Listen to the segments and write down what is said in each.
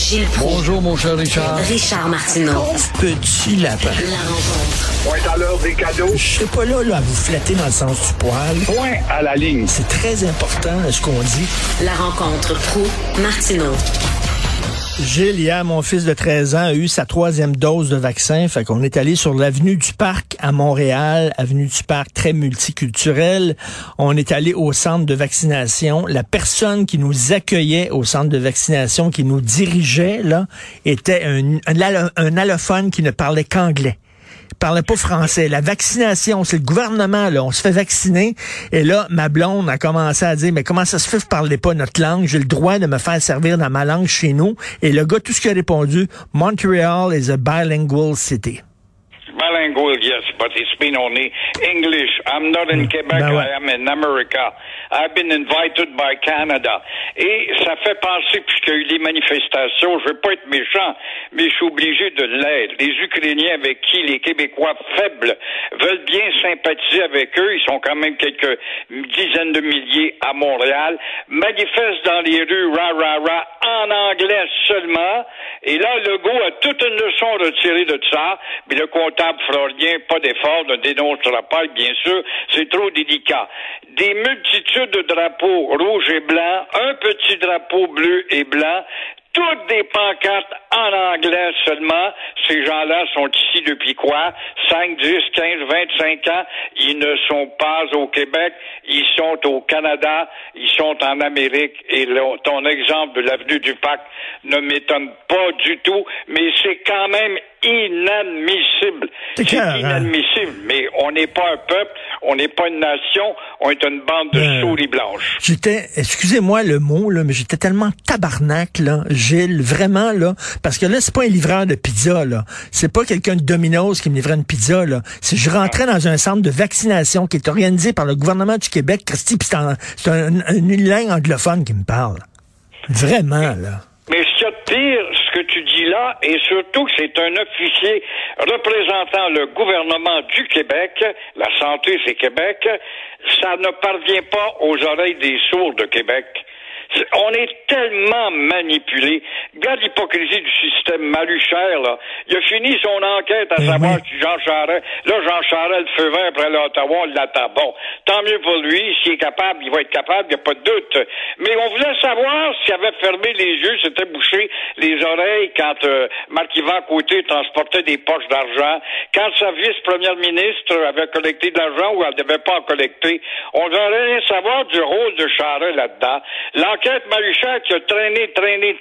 Gilles Proulx. Bonjour, mon cher Richard. Richard Martineau. Petit lapin. La rencontre. Point à l'heure des cadeaux. Je serai pas là à vous flatter dans le sens du poil. Point à la ligne. C'est très important, ce qu'on dit. La rencontre Proulx-Martineau. Gilles, hier, mon fils de 13 ans a eu sa 3e dose de vaccin. Fait qu'on est allé sur l'avenue du Parc à Montréal, avenue du Parc très multiculturelle. On est allé au centre de vaccination. La personne qui nous accueillait au centre de vaccination, qui nous dirigeait, là, était un allophone qui ne parlait qu'anglais. Il parlait pas français. La vaccination, c'est le gouvernement, là. On se fait vacciner. Et là, ma blonde a commencé à dire, mais comment ça se fait que vous parlez pas notre langue? J'ai le droit de me faire servir dans ma langue chez nous. Et le gars, tout ce qu'il a répondu, Montreal is a bilingual city. Bilingual, yes, but it's been only English. I'm not in Quebec, I am in America. I've been invited by Canada. Et ça fait penser, puisqu'il y a eu des manifestations, je veux pas être méchant, mais je suis obligé de l'être. Les Ukrainiens avec qui les Québécois faibles veulent bien sympathiser avec eux, ils sont quand même quelques dizaines de milliers à Montréal, manifestent dans les rues, ra, en anglais seulement. Et là, Legault a toute une leçon retirée de ça, mais le comptable fera rien, pas d'effort, ne dénoncera pas, bien sûr, c'est trop délicat. Des multitudes de drapeaux rouges et blancs, un petit drapeau bleu et blanc, toutes des pancartes en anglais seulement. Ces gens-là sont ici depuis quoi? 5, 10, 15, 25 ans. Ils ne sont pas au Québec. Ils sont au Canada. Ils sont en Amérique. Et ton exemple de l'avenue du Parc ne m'étonne pas du tout. Mais c'est quand même inadmissible. C'est inadmissible. Mais on n'est pas un peuple. On n'est pas une nation. On est une bande de souris blanches. Excusez-moi le mot, là, mais j'étais tellement tabarnak, là, Gilles, vraiment, là, parce que là, c'est pas un livreur de pizza, là. C'est pas quelqu'un de Domino's qui me livrait une pizza, là. Si je rentrais dans un centre de vaccination qui est organisé par le gouvernement du Québec, Christy, pis c'est une langue anglophone qui me parle. Vraiment, là. Mais ce qu'il y a de pire, ce que tu dis là, et surtout que c'est un officier représentant le gouvernement du Québec, la santé c'est Québec, ça ne parvient pas aux oreilles des sourds de Québec. On est tellement manipulé. Regarde l'hypocrisie du système Maluchère, là. Il a fini son enquête à savoir si Jean Charest, là, Jean Charest, le feu vert après l'Ottawa, on l'attend. Bon, tant mieux pour lui. S'il est capable, il va être capable, il n'y a pas de doute. Mais on voulait savoir s'il avait fermé les yeux, s'était bouché les oreilles quand Marc-Yvan Côté transportait des poches d'argent, quand sa vice-première ministre avait collecté de l'argent ou elle ne devait pas en collecter. On ne veut rien savoir du rôle de Charest là-dedans. L'enquête Maluchère qui a traîné,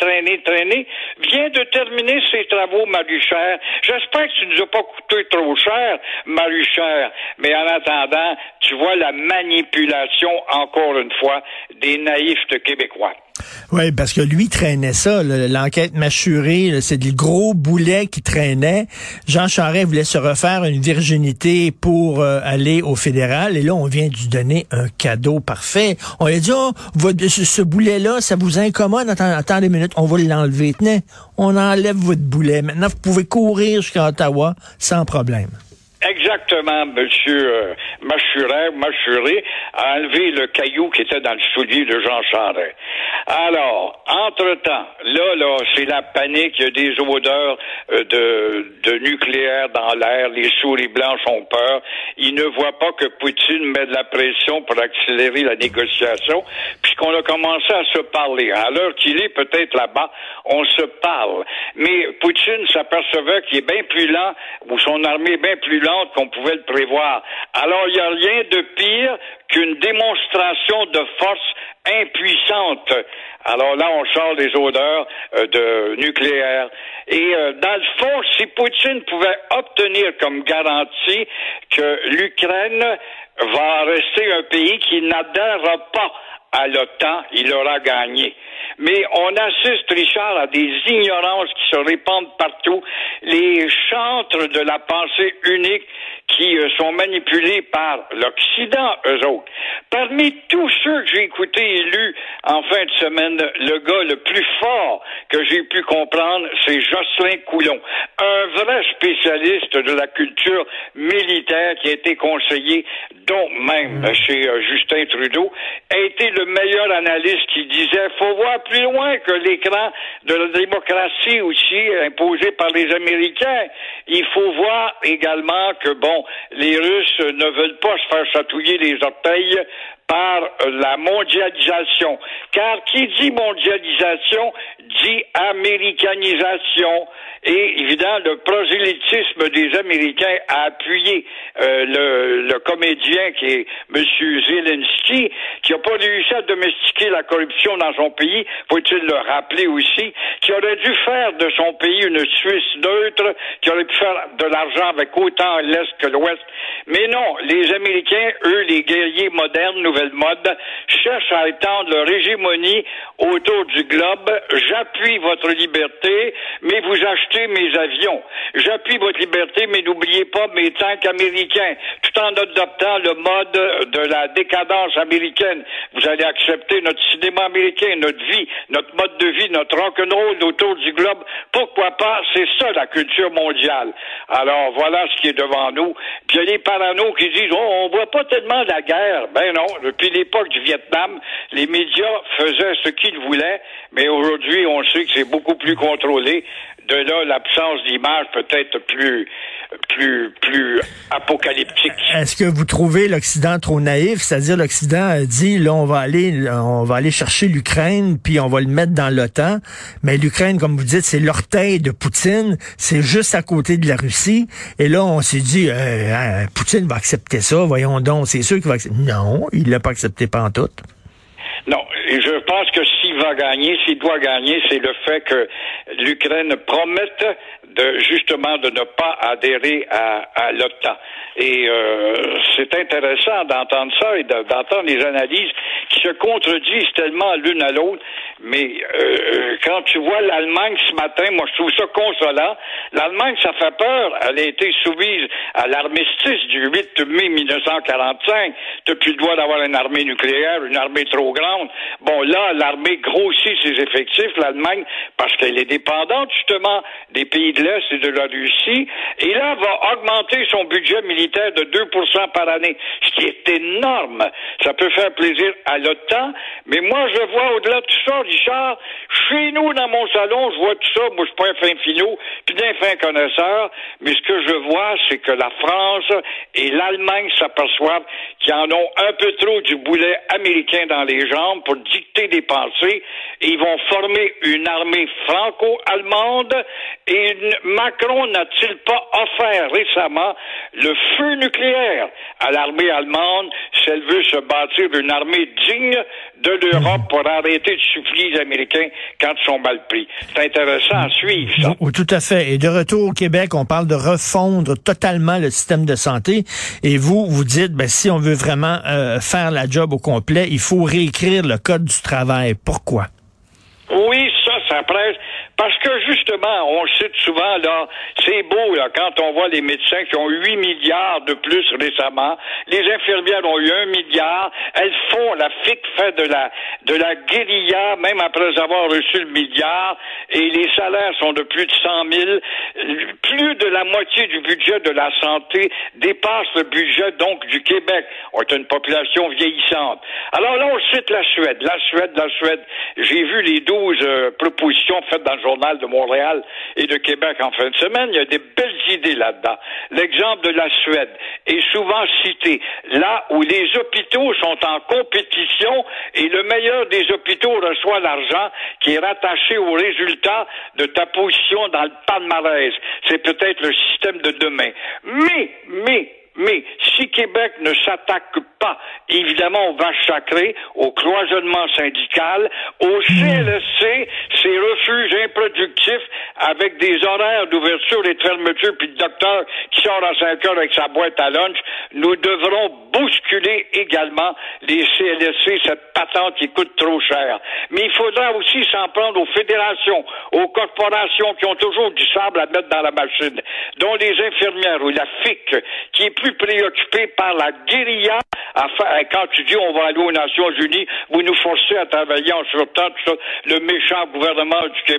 vient de terminer ses travaux, Maluchère. J'espère que tu ne nous as pas coûté trop cher, Maluchère. Mais en attendant, tu vois la manipulation, encore une fois, des naïfs de Québécois. Oui, parce que lui traînait ça, l'enquête mâchurée, c'est des gros boulets qui traînaient. Jean Charest voulait se refaire une virginité pour aller au fédéral, et là, on vient de lui donner un cadeau parfait. On lui a dit, ce boulet-là, ça vous incommode? Attendez une minute, on va l'enlever. Tenez, on enlève votre boulet. Maintenant, vous pouvez courir jusqu'à Ottawa sans problème. Exactement, monsieur Mâchuré a enlevé le caillou qui était dans le soulier de Jean Charest. Alors, entre-temps, là, c'est la panique, il y a des odeurs de nucléaire dans l'air, les souris blanches ont peur, ils ne voient pas que Poutine met de la pression pour accélérer la négociation, puisqu'on a commencé à se parler. À l'heure qu'il est peut-être là-bas, on se parle. Mais Poutine s'apercevait qu'il est bien plus lent, ou son armée est bien plus lente qu'on pouvait le prévoir. Alors, il n'y a rien de pire qu'une démonstration de force impuissante. Alors là, on sort des odeurs de nucléaire. Et dans le fond, si Poutine pouvait obtenir comme garantie que l'Ukraine va rester un pays qui n'adhérera pas à l'OTAN, il aura gagné. Mais on assiste, Richard, à des ignorances qui se répandent partout. Les chantres de la pensée unique qui sont manipulés par l'Occident, eux autres. Parmi tous ceux que j'ai écoutés et lus en fin de semaine, le gars le plus fort que j'ai pu comprendre, c'est Jocelyn Coulon, un vrai spécialiste de la culture militaire qui a été conseiller, dont même chez Justin Trudeau, a été le meilleur analyste qui disait « faut voir plus loin que l'écran de la démocratie aussi imposé par les Américains. Il faut voir également que, les Russes ne veulent pas se faire chatouiller les orteils par la mondialisation. Car qui dit mondialisation dit américanisation. Et évidemment, le prosélytisme des Américains a appuyé le comédien qui est M. Zelensky, qui n'a pas réussi à domestiquer la corruption dans son pays, faut-il le rappeler aussi, qui aurait dû faire de son pays une Suisse neutre, qui aurait pu faire de l'argent avec autant l'Est que l'Ouest. Mais non, les Américains, eux, les guerriers modernes, nouvelle mode, cherchent à étendre leur hégémonie autour du globe. J'appuie votre liberté, mais vous achetez mes avions. J'appuie votre liberté, mais n'oubliez pas mes tanks américains, tout en adoptant le mode de la décadence américaine. Vous allez accepter notre cinéma américain, notre vie, notre mode de vie, notre rock'n'roll autour du globe. Pourquoi pas? C'est ça la culture mondiale. Alors voilà ce qui est devant nous. Puis il y a les paranos qui disent on voit pas tellement la guerre. Ben non, depuis l'époque du Vietnam, les médias faisaient ce qu'ils voulaient, mais aujourd'hui on sait que c'est beaucoup plus contrôlé. De là, l'absence d'image peut-être plus apocalyptique. Est-ce que vous trouvez l'Occident trop naïf? C'est-à-dire, l'Occident dit, là, on va aller chercher l'Ukraine, puis on va le mettre dans l'OTAN. Mais l'Ukraine, comme vous dites, c'est l'orteil de Poutine. C'est juste à côté de la Russie. Et là, on s'est dit, Poutine va accepter ça. Voyons donc, c'est sûr qu'il va accepter. Non, il l'a pas accepté pantoute. Non, et je pense que s'il doit gagner, c'est le fait que l'Ukraine promette de ne pas adhérer à l'OTAN. Et c'est intéressant d'entendre ça et d'entendre les analyses qui se contredisent tellement l'une à l'autre. Mais quand tu vois l'Allemagne ce matin, moi je trouve ça consolant. L'Allemagne, ça fait peur. Elle a été soumise à l'armistice du 8 mai 1945. Tu n'as plus le droit d'avoir une armée nucléaire, une armée trop grande. Bon, là, l'armée grossit ses effectifs, l'Allemagne, parce qu'elle est dépendante justement des pays de l'Est et de la Russie. Et là, va augmenter son budget militaire de 2% par année, ce qui est énorme. Ça peut faire plaisir à l'OTAN, mais moi, je vois au-delà de tout ça, Richard, chez nous, dans mon salon, je vois tout ça. Moi, je suis pas un fin philo, puis d'un fin connaisseur, mais ce que je vois, c'est que la France et l'Allemagne s'aperçoivent qu'ils en ont un peu trop du boulet américain dans les jambes pour dicter des pensées, et ils vont former une armée franco-allemande. Et Macron n'a-t-il pas offert récemment le feu nucléaire à l'armée allemande si elle veut se bâtir une armée digne de l'Europe pour arrêter de supplier les Américains quand ils sont mal pris? C'est intéressant à suivre, ça. Oui, tout à fait. Et de retour au Québec, on parle de refondre totalement le système de santé. Et vous dites, si on veut vraiment faire la job au complet, il faut réécrire le Code du travail. Pourquoi? Oui, ça presse. Parce que justement, on cite souvent, là, c'est beau, là, quand on voit les médecins qui ont 8 milliards de plus récemment, les infirmières ont eu 1 milliard, elles font, la FIC fait de la guérilla, même après avoir reçu le milliard, et les salaires sont de plus de 100 000. Plus de la moitié du budget de la santé dépasse le budget, donc, du Québec. On est une population vieillissante. Alors là, on cite la Suède. J'ai vu les 12 propositions faites dans le Journal de Montréal et de Québec en fin de semaine. Il y a des belles idées là-dedans. L'exemple de la Suède est souvent cité. Là où les hôpitaux sont en compétition et le meilleur des hôpitaux reçoit l'argent qui est rattaché au résultat de ta position dans le palmarès. C'est peut-être le système de demain. Mais si Québec ne s'attaque pas, évidemment, aux vaches sacrées, au cloisonnement syndical, au CLSC, ces refuges improductifs avec des horaires d'ouverture et de fermeture, puis le docteur qui sort à 5 heures avec sa boîte à lunch, nous devrons bousculer également les CLSC, cette patente qui coûte trop cher. Mais il faudra aussi s'en prendre aux fédérations, aux corporations qui ont toujours du sable à mettre dans la machine, dont les infirmières ou la FIC, qui est plus préoccupée par la guérilla. Quand tu dis on va aller aux Nations Unies, vous nous forcez à travailler en surtemps, tout ça, le méchant gouvernement du Québec, ça n'a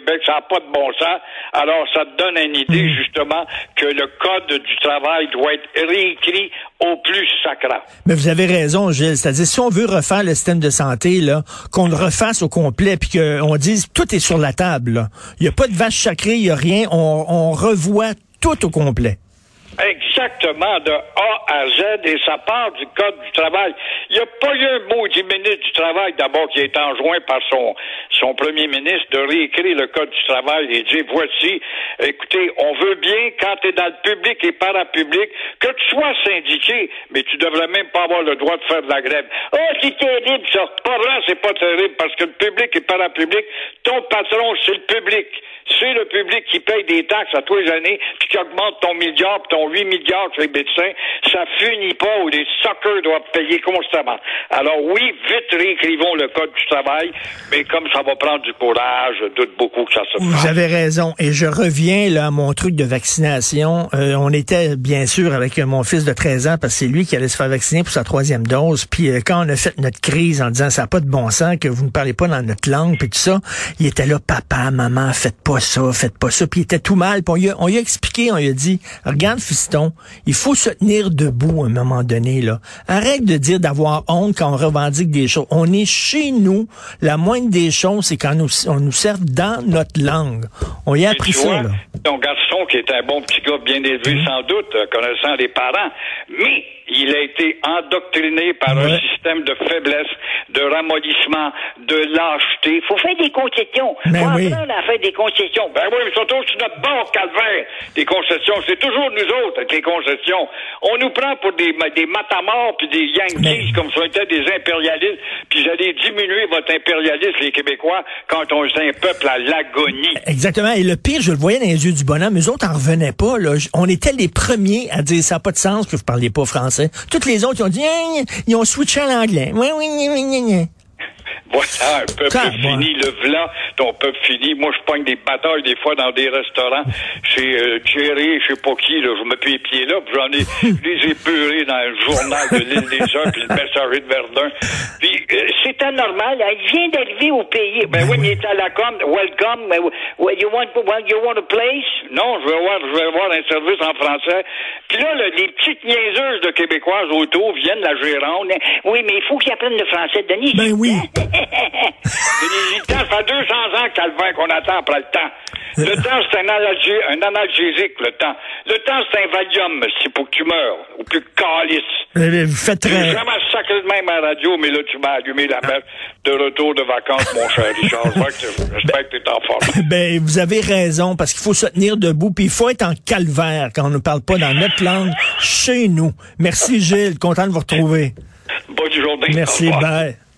pas de bon sens. Alors, ça te donne une idée, justement, que le Code du travail doit être réécrit au plus sacrant. Mais vous avez raison, Gilles. C'est-à-dire, si on veut refaire le système de santé, là, qu'on le refasse au complet, puis qu'on dise tout est sur la table, là. Il n'y a pas de vache sacrée, il n'y a rien. On revoit tout au complet. Exactement, de A à Z, et ça part du Code du travail. Il n'y a pas eu un maudit ministre du Travail, d'abord, qui est enjoint par son premier ministre de réécrire le Code du travail et dire, voici, écoutez, on veut bien, quand tu es dans le public et parapublic, que tu sois syndiqué, mais tu devrais même pas avoir le droit de faire de la grève. Oh, c'est terrible, ça. Pas vrai, c'est pas terrible, parce que le public et parapublic, ton patron, c'est le public. C'est le public qui paye des taxes à tous les années, puis qui augmente ton milliard, puis ton 8 milliards sur les médecins. Ça finit pas où les suckers doivent payer constamment. Alors oui, vite réécrivons le Code du travail, mais comme ça va prendre du courage, je doute beaucoup que ça se fasse. Vous avez raison. Et je reviens là à mon truc de vaccination. On était bien sûr avec mon fils de 13 ans, parce que c'est lui qui allait se faire vacciner pour sa 3e dose. Puis quand on a fait notre crise en disant ça n'a pas de bon sens, que vous ne parlez pas dans notre langue, puis tout ça, il était là, papa, maman, faites pas ça. Puis il était tout mal. Puis on lui a expliqué, on lui a dit, regarde fiston, il faut se tenir debout à un moment donné, là. Arrête de dire d'avoir honte quand on revendique des choses. On est chez nous. La moindre des choses, c'est quand on nous sert dans notre langue. On y a appris ça, là. Ton garçon, qui est un bon petit gars, bien élevé sans doute, connaissant les parents, mais il a été endoctriné par un système de faiblesse, de ramollissement, de lâcheté. Il faut faire des concessions. Il faut apprendre à faire des concessions. Ben oui, mais surtout sur notre bord, calvaire, des concessions. C'est toujours nous autres avec les concessions. On nous prend pour des matamors puis des Yankees, comme si on était des impérialistes, puis vous allez diminuer votre impérialisme, les Québécois, quand on est un peuple à l'agonie. Exactement. Et le pire, je le voyais dans les yeux du bonhomme, eux autres en revenaient pas, là. On était les premiers à dire ça n'a pas de sens que vous parliez pas français. Toutes les autres, ils ont dit, ils ont switché à l'anglais. Voilà, un peuple fini, le v'là, ton peuple fini. Moi, je pogne des batailles des fois dans des restaurants chez Jerry, je sais pas qui, là, je me mets les pieds là, puis j'en ai, je les ai beurrés dans le journal de l'Île des Heures, puis le Messager de Verdun. Puis c'est anormal, il vient d'arriver au pays. Ben oui, mais il est à la com, welcome, you want a place? Non, je veux avoir un service en français. Puis là, les petites niaiseuses de Québécoises autour viennent la Gironde. Oui, mais il faut qu'ils apprennent le français, Denis. Ben oui. Ça fait 200 ans, Calvin, qu'on attend après le temps. Le temps, c'est un analgésique, le temps. Le temps, c'est un Valium, c'est pour que tu meurs, ou plus calice. Vous faites très... J'ai jamais sacré de même à la radio, mais là, tu m'as allumé la mèche de retour de vacances, mon cher Richard. J'espère que t'es en forme. Ben, vous avez raison, parce qu'il faut se tenir debout, puis il faut être en calvaire quand on ne parle pas dans notre langue chez nous. Merci, Gilles. Content de vous retrouver. Bonne journée. Merci, bye.